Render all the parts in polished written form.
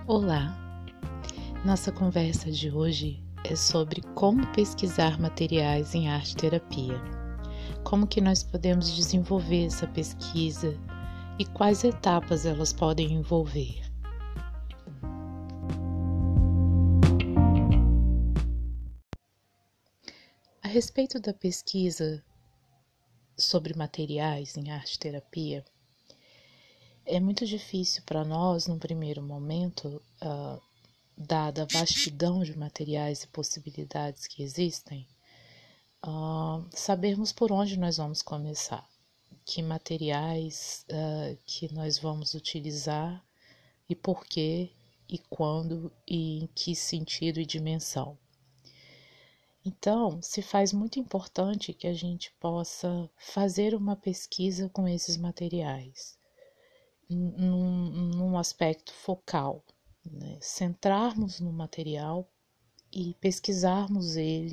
Olá! Nossa conversa de hoje é sobre como pesquisar materiais em arte-terapia. Como que nós podemos desenvolver essa pesquisa e quais etapas elas podem envolver. A respeito da pesquisa sobre materiais em arte-terapia, é muito difícil para nós, num primeiro momento, dada a vastidão de materiais e possibilidades que existem, sabermos por onde nós vamos começar, que materiais que nós vamos utilizar e por quê, e quando, e em que sentido e dimensão. Então, se faz muito importante que a gente possa fazer uma pesquisa com esses materiais, num aspecto focal, né? Centrarmos no material e pesquisarmos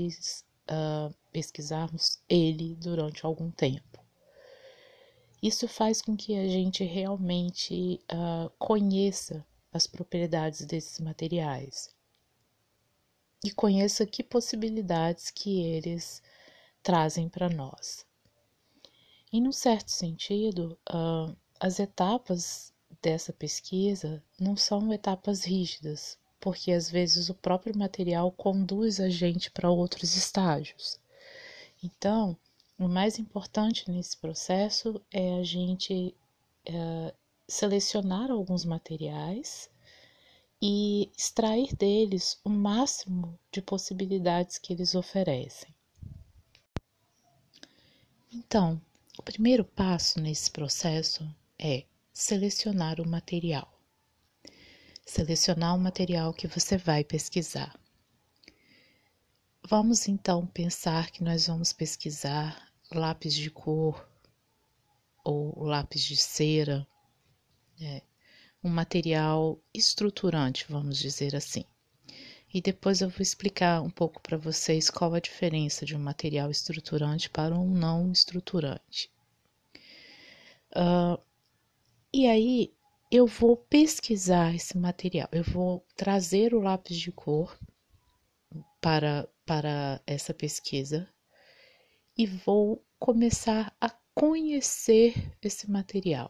ele durante algum tempo. Isso faz com que a gente realmente conheça as propriedades desses materiais e conheça que possibilidades que eles trazem para nós. E, num certo sentido, as etapas dessa pesquisa não são etapas rígidas, porque às vezes o próprio material conduz a gente para outros estágios. Então, o mais importante nesse processo é a gente selecionar alguns materiais e extrair deles o máximo de possibilidades que eles oferecem. Então, o primeiro passo nesse processo é selecionar o material. Selecionar o material que você vai pesquisar. Vamos então pensar que nós vamos pesquisar lápis de cor ou lápis de cera, um material estruturante, vamos dizer assim. E depois eu vou explicar um pouco para vocês qual a diferença de um material estruturante para um não estruturante. E aí eu vou pesquisar esse material, eu vou trazer o lápis de cor para essa pesquisa e vou começar a conhecer esse material.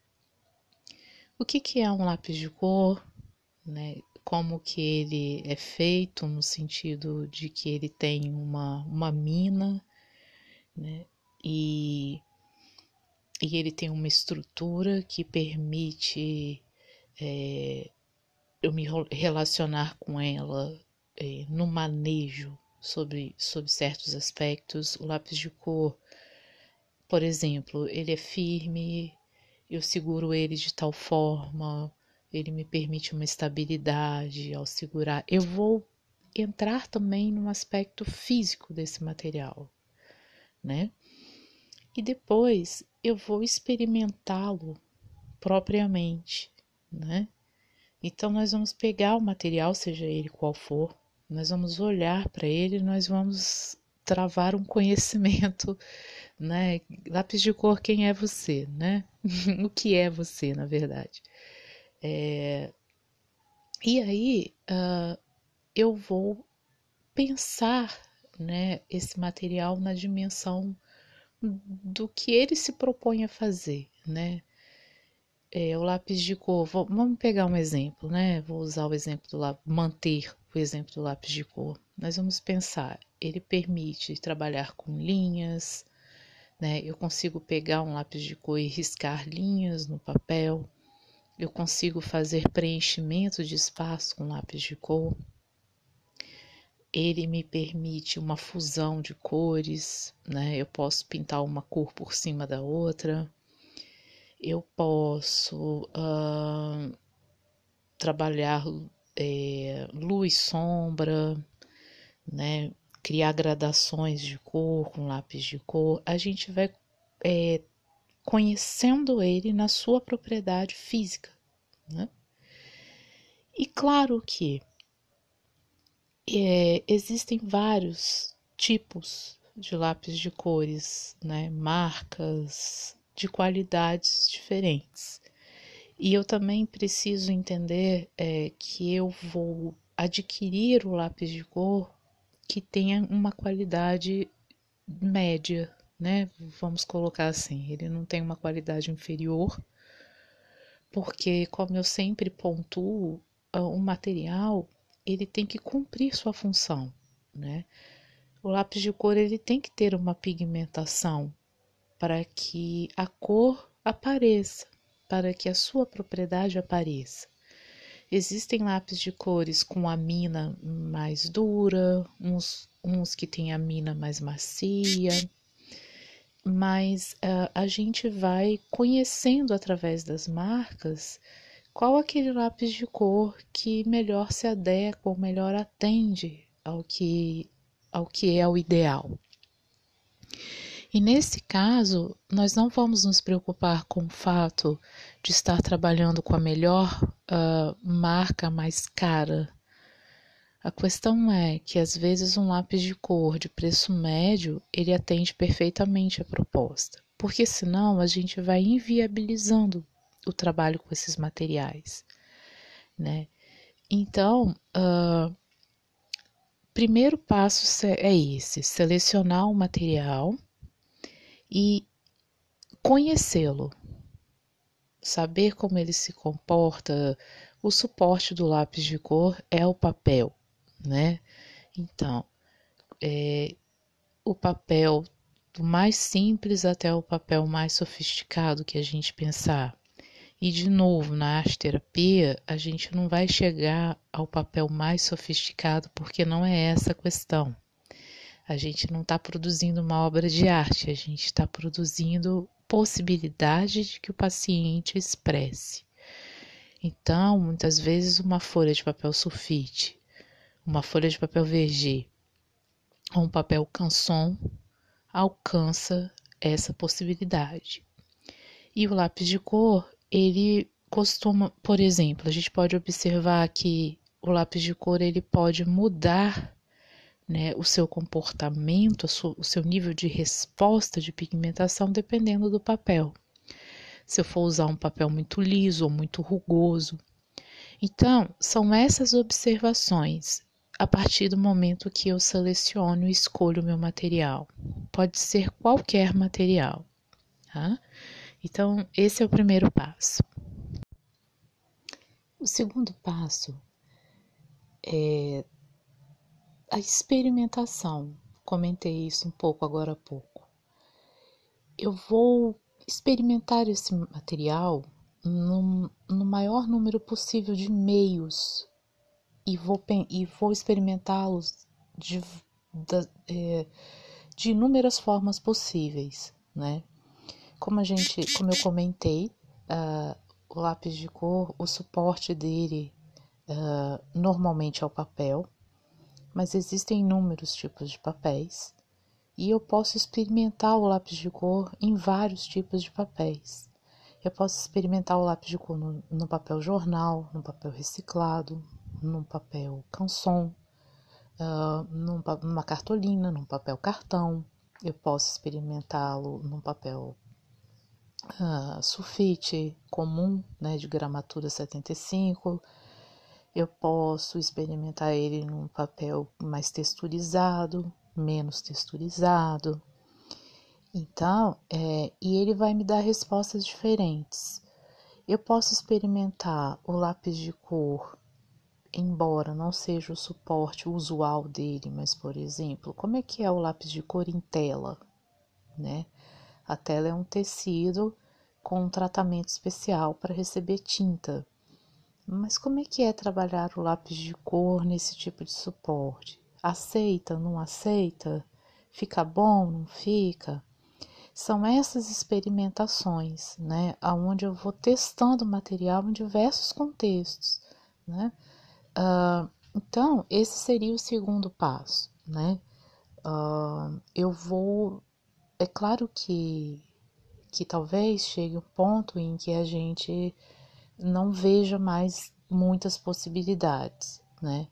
O que é um lápis de cor, né? Como que ele é feito, no sentido de que ele tem uma mina, né? E ele tem uma estrutura que permite eu me relacionar com ela no manejo sobre certos aspectos. O lápis de cor, por exemplo, ele é firme, eu seguro ele de tal forma, ele me permite uma estabilidade ao segurar. Eu vou entrar também no aspecto físico desse material, né? E depois eu vou experimentá-lo propriamente, né? Então nós vamos pegar o material, seja ele qual for, nós vamos olhar para ele, nós vamos travar um conhecimento, né? Lápis de cor, quem é você, né? O que é você, na verdade. E aí eu vou pensar, né, esse material na dimensão do que ele se propõe a fazer, né? O lápis de cor, vamos pegar um exemplo, né? Vou usar o exemplo do lápis, manter o exemplo do lápis de cor. Nós vamos pensar, ele permite trabalhar com linhas, né? Eu consigo pegar um lápis de cor e riscar linhas no papel. Eu consigo fazer preenchimento de espaço com lápis de cor. Ele me permite uma fusão de cores, né? Eu posso pintar uma cor por cima da outra. Eu posso trabalhar luz, sombra, né? Criar gradações de cor com lápis de cor. A gente vai conhecendo ele na sua propriedade física, né? E claro que existem vários tipos de lápis de cores, né? Marcas de qualidades diferentes. E eu também preciso entender que eu vou adquirir o lápis de cor que tenha uma qualidade média, né? Vamos colocar assim, ele não tem uma qualidade inferior, porque como eu sempre pontuo, o material ele tem que cumprir sua função, né? O lápis de cor ele tem que ter uma pigmentação para que a cor apareça, para que a sua propriedade apareça. Existem lápis de cores com a mina mais dura, uns que têm a mina mais macia, mas a gente vai conhecendo através das marcas qual aquele lápis de cor que melhor se adequa ou melhor atende ao que é o ideal. E nesse caso, nós não vamos nos preocupar com o fato de estar trabalhando com a melhor marca mais cara. A questão é que às vezes um lápis de cor de preço médio, ele atende perfeitamente a proposta, porque senão a gente vai inviabilizando o trabalho com esses materiais, né? Então, primeiro passo é esse, selecionar o material e conhecê-lo, saber como ele se comporta. O suporte do lápis de cor é o papel, né? Então, o papel do mais simples até o papel mais sofisticado que a gente pensar. E de novo, na arte terapia, a gente não vai chegar ao papel mais sofisticado porque não é essa a questão. A gente não está produzindo uma obra de arte, a gente está produzindo possibilidade de que o paciente expresse. Então, muitas vezes, uma folha de papel sulfite, uma folha de papel verger ou um papel canson alcança essa possibilidade. E o lápis de cor, ele costuma, por exemplo, a gente pode observar que o lápis de cor ele pode mudar, né, o seu comportamento, o seu nível de resposta de pigmentação dependendo do papel. Se eu for usar um papel muito liso ou muito rugoso. Então, são essas observações a partir do momento que eu seleciono e escolho o meu material. Pode ser qualquer material, tá? Então, esse é o primeiro passo. O segundo passo é a experimentação. Comentei isso um pouco agora há pouco. Eu vou experimentar esse material no maior número possível de meios e vou experimentá-los de inúmeras formas possíveis, né? Como eu comentei, o lápis de cor, o suporte dele normalmente é o papel, mas existem inúmeros tipos de papéis e eu posso experimentar o lápis de cor em vários tipos de papéis. Eu posso experimentar o lápis de cor no papel jornal, no papel reciclado, no papel canson, numa cartolina, num papel cartão. Eu posso experimentá-lo num papel sulfite comum, né, de gramatura 75. Eu posso experimentar ele num papel mais texturizado, menos texturizado. Então, e ele vai me dar respostas diferentes. Eu posso experimentar o lápis de cor, embora não seja o suporte usual dele, mas, por exemplo, como é que é o lápis de cor em tela, né? A tela é um tecido com um tratamento especial para receber tinta. Mas como é que é trabalhar o lápis de cor nesse tipo de suporte? Aceita, não aceita? Fica bom, não fica? São essas experimentações, né, onde eu vou testando o material em diversos contextos, né? Então, esse seria o segundo passo, né? Eu vou, é claro que talvez chegue um ponto em que a gente não veja mais muitas possibilidades, né?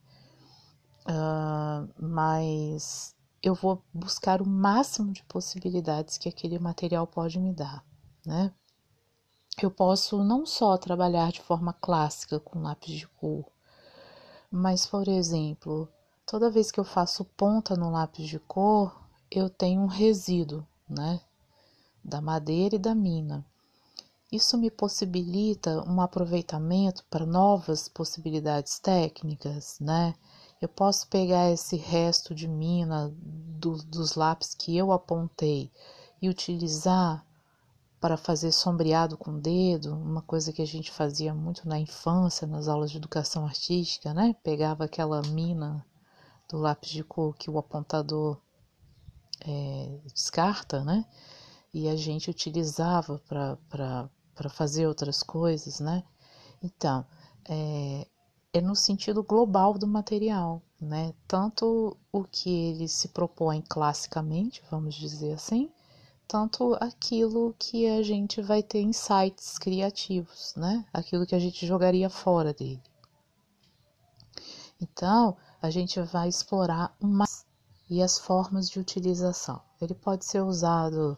Mas eu vou buscar o máximo de possibilidades que aquele material pode me dar, né? eu posso não só trabalhar de forma clássica com lápis de cor, mas, por exemplo, toda vez que eu faço ponta no lápis de cor, eu tenho um resíduo, né, da madeira e da mina. Isso me possibilita um aproveitamento para novas possibilidades técnicas, né? Eu posso pegar esse resto de mina dos lápis que eu apontei e utilizar para fazer sombreado com o dedo, uma coisa que a gente fazia muito na infância, nas aulas de educação artística, né? Pegava aquela mina do lápis de cor que o apontador descarta, né? E a gente utilizava para fazer outras coisas, né? Então, é no sentido global do material, né? Tanto o que ele se propõe classicamente, vamos dizer assim, tanto aquilo que a gente vai ter insights criativos, né? Aquilo que a gente jogaria fora dele. Então, a gente vai explorar mais e as formas de utilização. Ele pode ser usado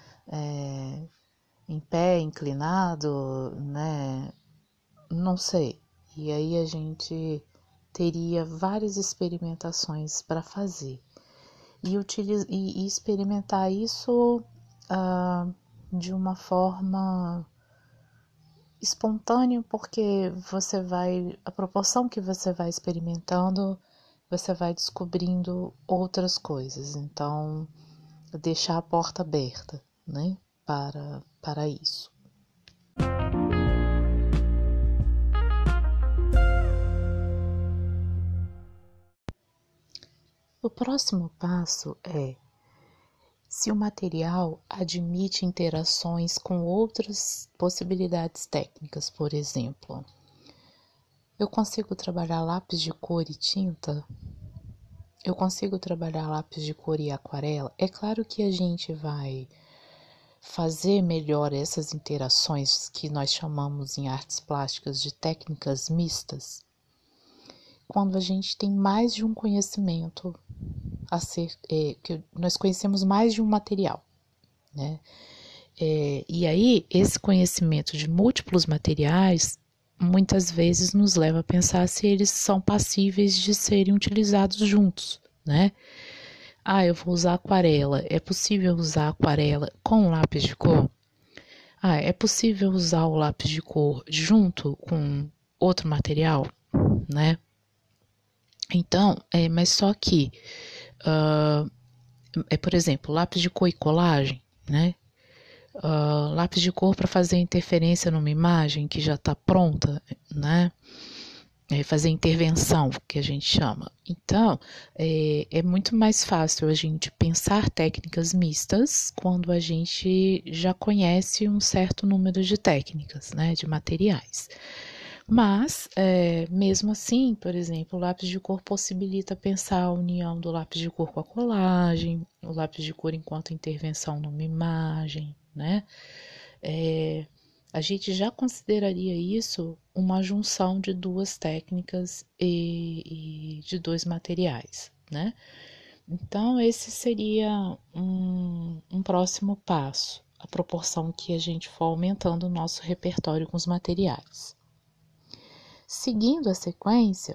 em pé, inclinado, né? Não sei. E aí a gente teria várias experimentações para fazer. E experimentar isso de uma forma espontânea, porque a proporção que você vai experimentando, você vai descobrindo outras coisas. Então, deixar a porta aberta, né, para isso. O próximo passo é se o material admite interações com outras possibilidades técnicas, por exemplo. Eu consigo trabalhar lápis de cor e tinta? Eu consigo trabalhar lápis de cor e aquarela? É claro que a gente vai fazer melhor essas interações que nós chamamos em artes plásticas de técnicas mistas, quando a gente tem mais de um conhecimento que nós conhecemos mais de um material, né? E aí, esse conhecimento de múltiplos materiais muitas vezes nos leva a pensar se eles são passíveis de serem utilizados juntos, né? Eu vou usar aquarela. É possível usar aquarela com lápis de cor? É possível usar o lápis de cor junto com outro material, né? Então, mas só que, por exemplo, lápis de cor e colagem, né? Lápis de cor para fazer interferência numa imagem que já está pronta, né? Fazer intervenção, que a gente chama. Então, é muito mais fácil a gente pensar técnicas mistas quando a gente já conhece um certo número de técnicas, né? De materiais. Mas, mesmo assim, por exemplo, o lápis de cor possibilita pensar a união do lápis de cor com a colagem, o lápis de cor enquanto intervenção numa imagem, né? A gente já consideraria isso uma junção de duas técnicas e de dois materiais, né? Então, esse seria um próximo passo, a proporção que a gente for aumentando o nosso repertório com os materiais. Seguindo a sequência,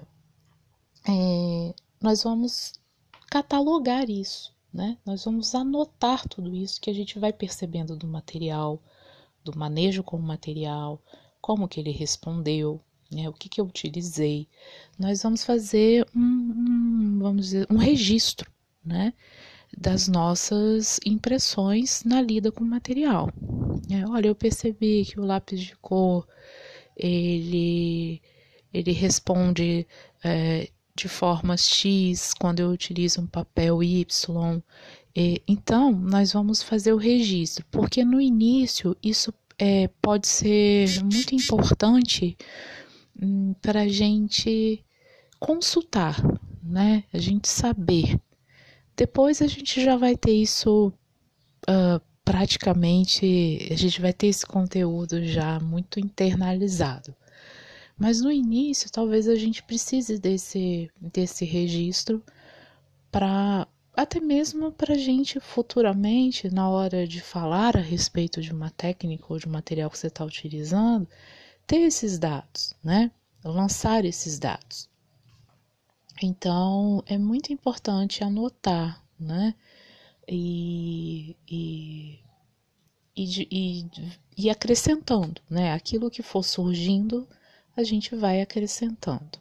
nós vamos catalogar isso, né? Nós vamos anotar tudo isso que a gente vai percebendo do material, do manejo com o material, como que ele respondeu, né? O que eu utilizei. Nós vamos fazer vamos dizer, um registro, né? Das nossas impressões na lida com o material. Olha, eu percebi que o lápis de cor, ele responde de formas X quando eu utilizo um papel Y. Então, nós vamos fazer o registro, porque no início isso pode ser muito importante para a gente consultar, né? A gente saber. Depois a gente já vai ter isso praticamente, a gente vai ter esse conteúdo já muito internalizado. Mas no início, talvez a gente precise desse registro para até mesmo para a gente futuramente, na hora de falar a respeito de uma técnica ou de um material que você está utilizando, ter esses dados, né? Lançar esses dados. Então, é muito importante anotar, né? E acrescentando, né? Aquilo que for surgindo, a gente vai acrescentando.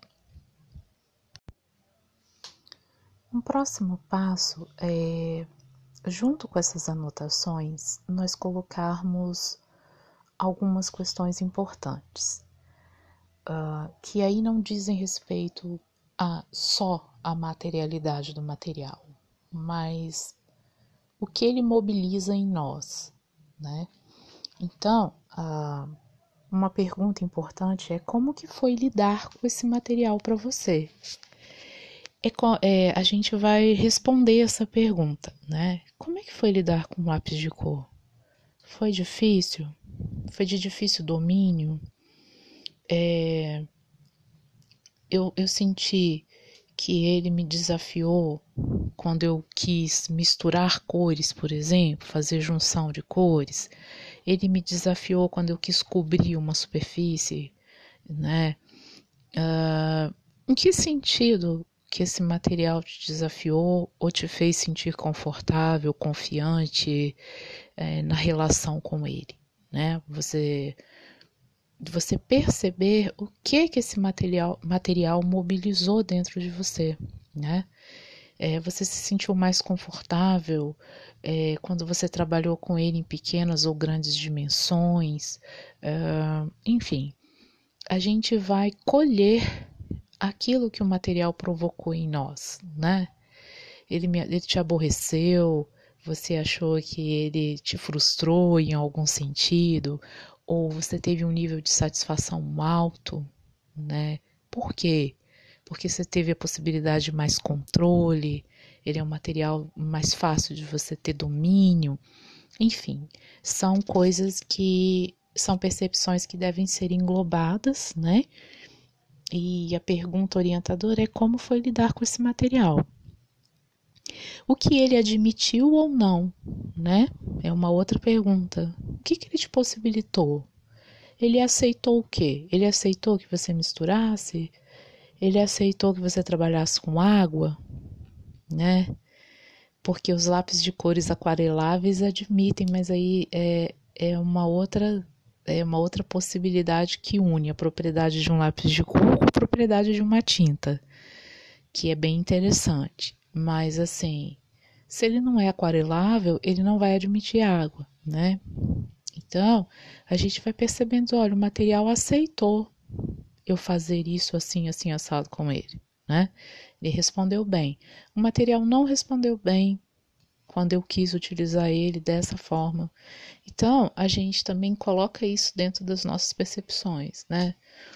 Um próximo passo é, junto com essas anotações, nós colocarmos algumas questões importantes, que aí não dizem respeito a só a materialidade do material, mas o que ele mobiliza em nós, né? Então, uma pergunta importante é como que foi lidar com esse material para você? A gente vai responder essa pergunta, né? Como é que foi lidar com lápis de cor? Foi difícil? Foi de difícil domínio? Eu senti que ele me desafiou quando eu quis misturar cores, por exemplo, fazer junção de cores. Ele me desafiou quando eu quis cobrir uma superfície, né? Em que sentido que esse material te desafiou ou te fez sentir confortável, confiante na relação com ele, né? Você perceber o que esse material mobilizou dentro de você, né? Você se sentiu mais confortável quando você trabalhou com ele em pequenas ou grandes dimensões, enfim, a gente vai colher aquilo que o material provocou em nós, né? Ele te aborreceu, você achou que ele te frustrou em algum sentido, ou você teve um nível de satisfação alto, né? Por quê? Porque você teve a possibilidade de mais controle, ele é um material mais fácil de você ter domínio, enfim, são coisas que são percepções que devem ser englobadas, né? E a pergunta orientadora é como foi lidar com esse material. O que ele admitiu ou não, né? É uma outra pergunta. O que ele te possibilitou? Ele aceitou o quê? Ele aceitou que você misturasse? Ele aceitou que você trabalhasse com água, né? Porque os lápis de cores aquareláveis admitem, mas aí é uma outra possibilidade que une a propriedade de um lápis de cor com a propriedade de uma tinta, que é bem interessante. Mas assim, se ele não é aquarelável, ele não vai admitir água, né? Então, a gente vai percebendo, olha, o material aceitou eu fazer isso assim, assim, assado com ele, né? Ele respondeu bem. O material não respondeu bem quando eu quis utilizar ele dessa forma. Então, a gente também coloca isso dentro das nossas percepções, né?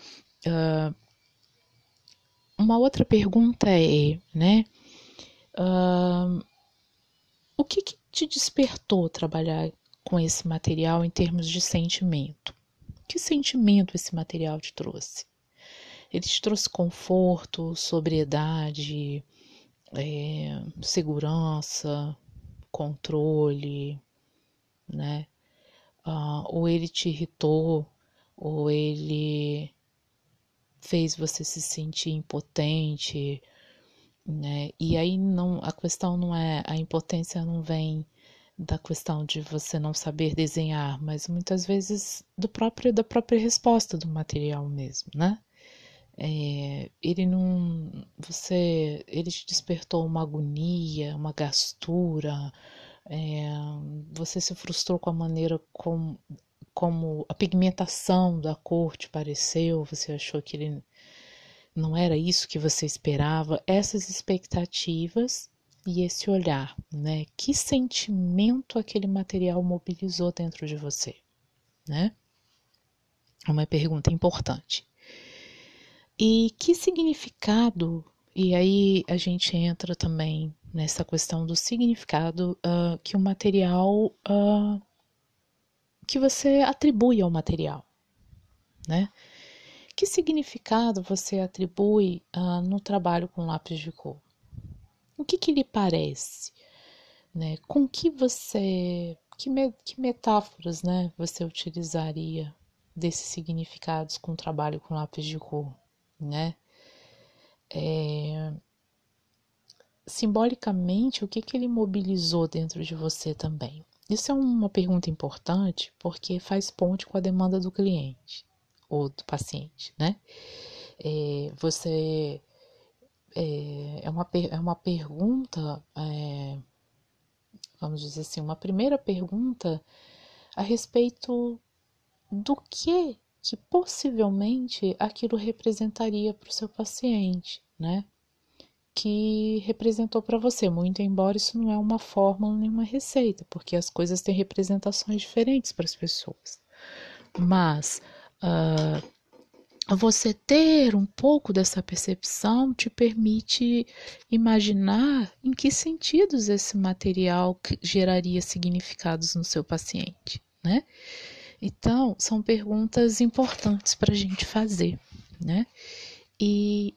Uma outra pergunta é, né? O que te despertou trabalhar com esse material em termos de sentimento? Que sentimento esse material te trouxe? Ele te trouxe conforto, sobriedade, segurança, controle, né? Ou ele te irritou, ou ele fez você se sentir impotente, né? E aí a questão não é, a impotência não vem da questão de você não saber desenhar, mas muitas vezes da própria resposta do material mesmo, né? Ele te despertou uma agonia, uma gastura, você se frustrou com a maneira como a pigmentação da cor te pareceu, você achou que ele não era isso que você esperava, essas expectativas e esse olhar, né? Que sentimento aquele material mobilizou dentro de você, né? É uma pergunta importante. E que significado, e aí a gente entra também nessa questão do significado que o material, que você atribui ao material, né? Que significado você atribui no trabalho com lápis de cor? O que lhe parece? Né? Com que você... Que metáforas, né, você utilizaria desses significados com o trabalho com lápis de cor, né? Simbolicamente, o que ele mobilizou dentro de você também? Isso é uma pergunta importante porque faz ponte com a demanda do cliente ou do paciente, né? É uma pergunta, vamos dizer assim, uma primeira pergunta a respeito do que possivelmente aquilo representaria para o seu paciente, né? Que representou para você, muito embora isso não é uma fórmula nem uma receita, porque as coisas têm representações diferentes para as pessoas. Mas você ter um pouco dessa percepção te permite imaginar em que sentidos esse material geraria significados no seu paciente, né? Então, são perguntas importantes para a gente fazer, né? E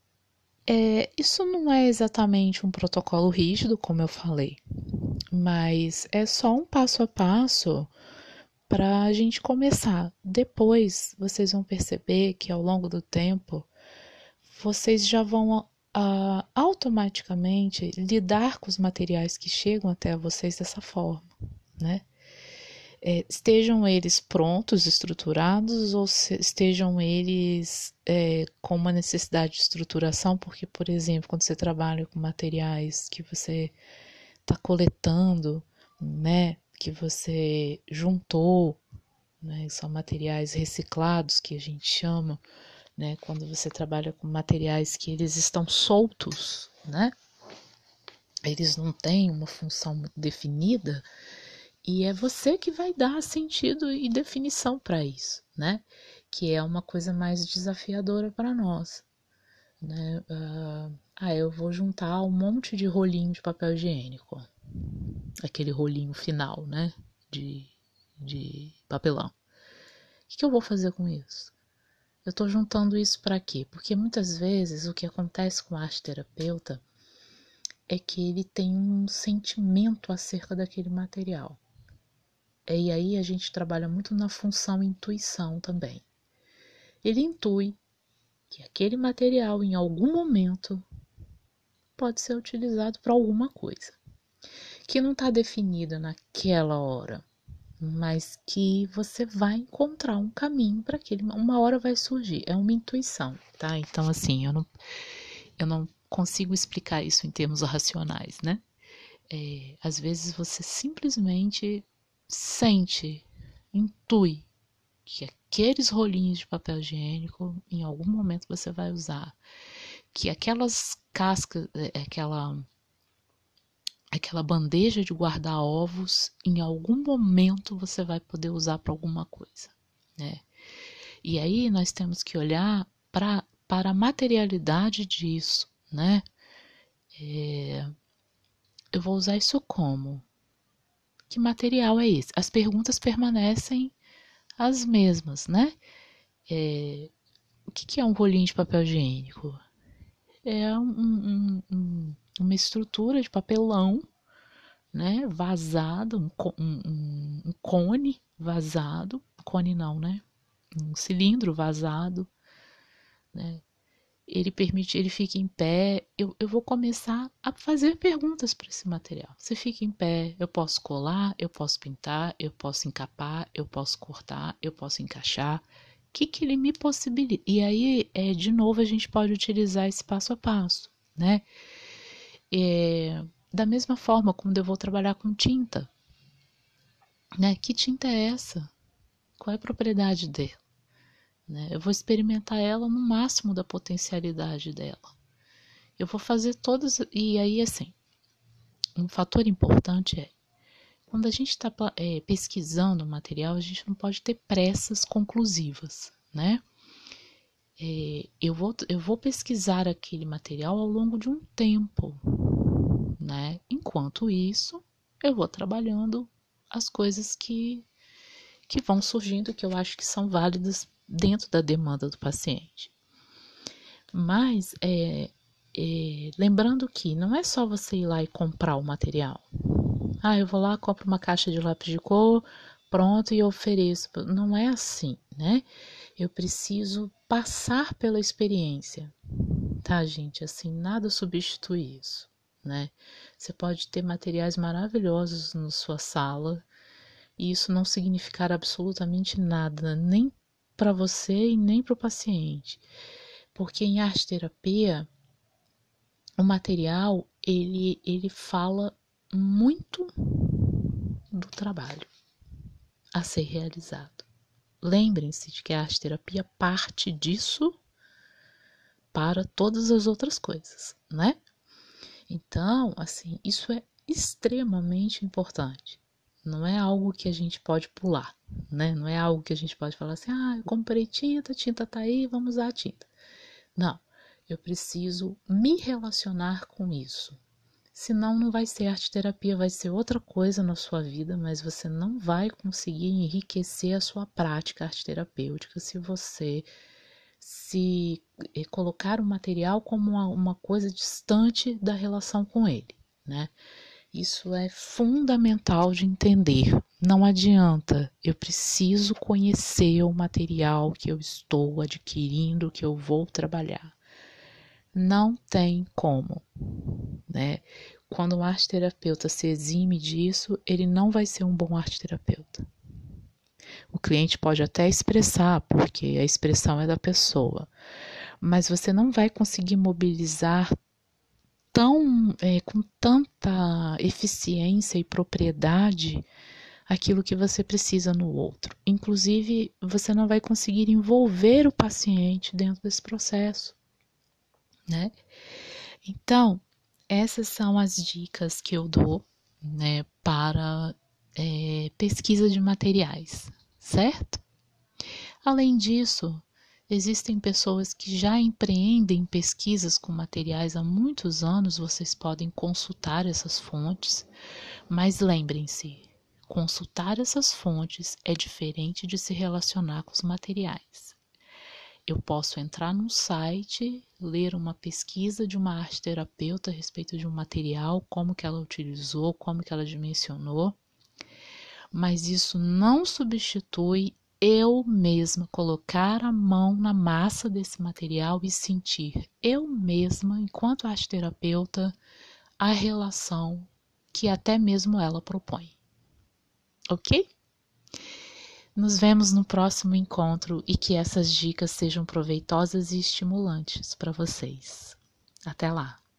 isso não é exatamente um protocolo rígido, como eu falei, mas é só um passo a passo para a gente começar. Depois, vocês vão perceber que ao longo do tempo, vocês já vão automaticamente lidar com os materiais que chegam até vocês dessa forma, né? Estejam eles prontos, estruturados, ou estejam eles com uma necessidade de estruturação, porque, por exemplo, quando você trabalha com materiais que você está coletando, né, que você juntou, né, são materiais reciclados, que a gente chama, né, quando você trabalha com materiais que eles estão soltos, né, eles não têm uma função muito definida, e é você que vai dar sentido e definição para isso, né? Que é uma coisa mais desafiadora para nós, né? Eu vou juntar um monte de rolinho de papel higiênico, aquele rolinho final, né? De papelão. O que eu vou fazer com isso? Eu estou juntando isso para quê? Porque muitas vezes o que acontece com o arte-terapeuta é que ele tem um sentimento acerca daquele material. E aí a gente trabalha muito na função intuição também. Ele intui que aquele material em algum momento pode ser utilizado para alguma coisa, que não está definida naquela hora, mas que você vai encontrar um caminho para aquele, uma hora vai surgir, é uma intuição, tá? Então assim, eu não consigo explicar isso em termos racionais, né? Às vezes você simplesmente sente, intui que aqueles rolinhos de papel higiênico em algum momento você vai usar, que aquelas cascas, aquela bandeja de guardar ovos, em algum momento você vai poder usar para alguma coisa, né? E aí nós temos que olhar para a materialidade disso, né? Eu vou usar isso como? Que material é esse? As perguntas permanecem as mesmas, né? O que é um rolinho de papel higiênico? É uma estrutura de papelão, né? Vazado, um cone vazado, cone não, né? Um cilindro vazado, né? Ele fica em pé. Eu vou começar a fazer perguntas para esse material. Você fica em pé, eu posso colar, eu posso pintar, eu posso encapar, eu posso cortar, eu posso encaixar. O que ele me possibilita? E aí, de novo, a gente pode utilizar esse passo a passo, né? Da mesma forma como eu vou trabalhar com tinta, né? Que tinta é essa? Qual é a propriedade dela? Né? Eu vou experimentar ela no máximo da potencialidade dela. Eu vou fazer todas. E aí, assim, um fator importante é quando a gente está pesquisando o material, a gente não pode ter pressas conclusivas, né? Eu vou pesquisar aquele material ao longo de um tempo, né? Enquanto isso, eu vou trabalhando as coisas que vão surgindo, que eu acho que são válidas dentro da demanda do paciente. Mas lembrando que não é só você ir lá e comprar o material. Eu vou lá, compro uma caixa de lápis de cor, pronto, e ofereço. Não é assim, né? Eu preciso passar pela experiência, tá, gente? Assim, nada substitui isso, né? Você pode ter materiais maravilhosos na sua sala e isso não significar absolutamente nada, nem para você e nem para o paciente. Porque em arte terapia, o material, ele fala muito do trabalho a ser realizado. Lembrem-se de que a arte terapia parte disso para todas as outras coisas, né? Então, assim, isso é extremamente importante. Não é algo que a gente pode pular, né? Não é algo que a gente pode falar assim, eu comprei tinta, a tinta tá aí, vamos usar a tinta. Não, eu preciso me relacionar com isso. Senão não vai ser arte terapia, vai ser outra coisa na sua vida, mas você não vai conseguir enriquecer a sua prática arte terapêutica se você colocar o material como uma coisa distante da relação com ele, né? Isso é fundamental de entender. Não adianta, eu preciso conhecer o material que eu estou adquirindo, que eu vou trabalhar. Não tem como, né? Quando o arte terapeuta se exime disso, ele não vai ser um bom arte terapeuta. O cliente pode até expressar, porque a expressão é da pessoa, mas você não vai conseguir mobilizar com tanta eficiência e propriedade aquilo que você precisa no outro. Inclusive, você não vai conseguir envolver o paciente dentro desse processo, né? Então, essas são as dicas que eu dou, né, para pesquisa de materiais, certo? Além disso, existem pessoas que já empreendem pesquisas com materiais há muitos anos, vocês podem consultar essas fontes, mas lembrem-se, consultar essas fontes é diferente de se relacionar com os materiais. Eu posso entrar num site, ler uma pesquisa de uma arte terapeuta a respeito de um material, como que ela utilizou, como que ela dimensionou, mas isso não substitui eu mesma colocar a mão na massa desse material e sentir eu mesma, enquanto arte terapeuta, a relação que até mesmo ela propõe. Ok? Nos vemos no próximo encontro e que essas dicas sejam proveitosas e estimulantes para vocês. Até lá!